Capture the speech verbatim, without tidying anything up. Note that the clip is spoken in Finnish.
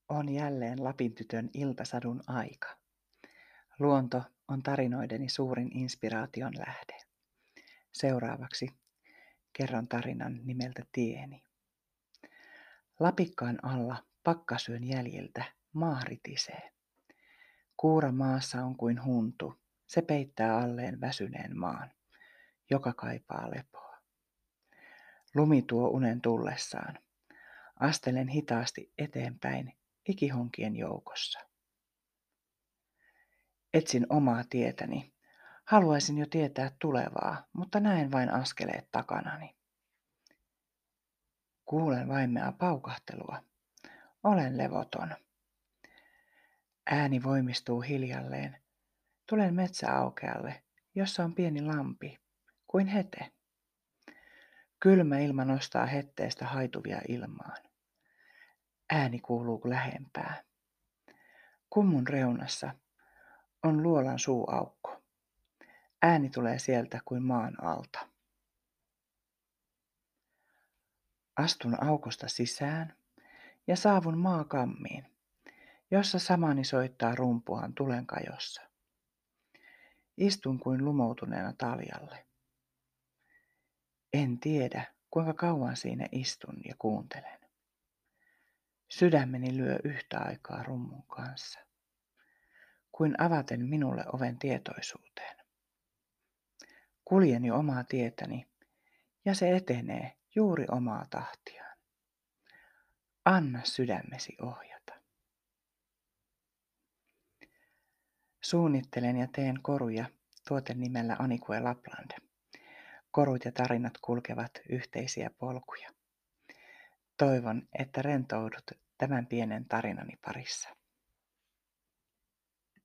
On jälleen Lapin tytön iltasadun aika. Luonto on tarinoideni suurin inspiraation lähde. Seuraavaksi kerron tarinan nimeltä Tieni. Lapikkaan alla pakkasyön jäljiltä maa ritisee. Kuura maassa on kuin huntu, se peittää alleen väsyneen maan, joka kaipaa lepoa. Lumi tuo unen tullessaan. Astelen hitaasti eteenpäin ikihonkien joukossa. Etsin omaa tietäni. Haluaisin jo tietää tulevaa, mutta näen vain askeleet takanani. Kuulen vaimea paukahtelua. Olen levoton. Ääni voimistuu hiljalleen. Tulen metsäaukealle, jossa on pieni lampi, kuin hete. Kylmä ilma nostaa hetteestä haituvia ilmaan. Ääni kuuluu lähempää. Kummun reunassa on luolan suuaukko. Ääni tulee sieltä kuin maan alta. Astun aukosta sisään ja saavun maakammiin, jossa samani soittaa rumpuaan tulen kajossa. Istun kuin lumoutuneena taljalle. En tiedä, kuinka kauan siinä istun ja kuuntelen. Sydämeni lyö yhtä aikaa rummun kanssa, kuin avaten minulle oven tietoisuuteen. Kuljen jo omaa tietäni, ja se etenee juuri omaa tahtiaan. Anna sydämesi ohjata. Suunnittelen ja teen koruja tuotenimellä Anikue Lapland. Korut ja tarinat kulkevat yhteisiä polkuja. Toivon, että rentoudut tämän pienen tarinani parissa.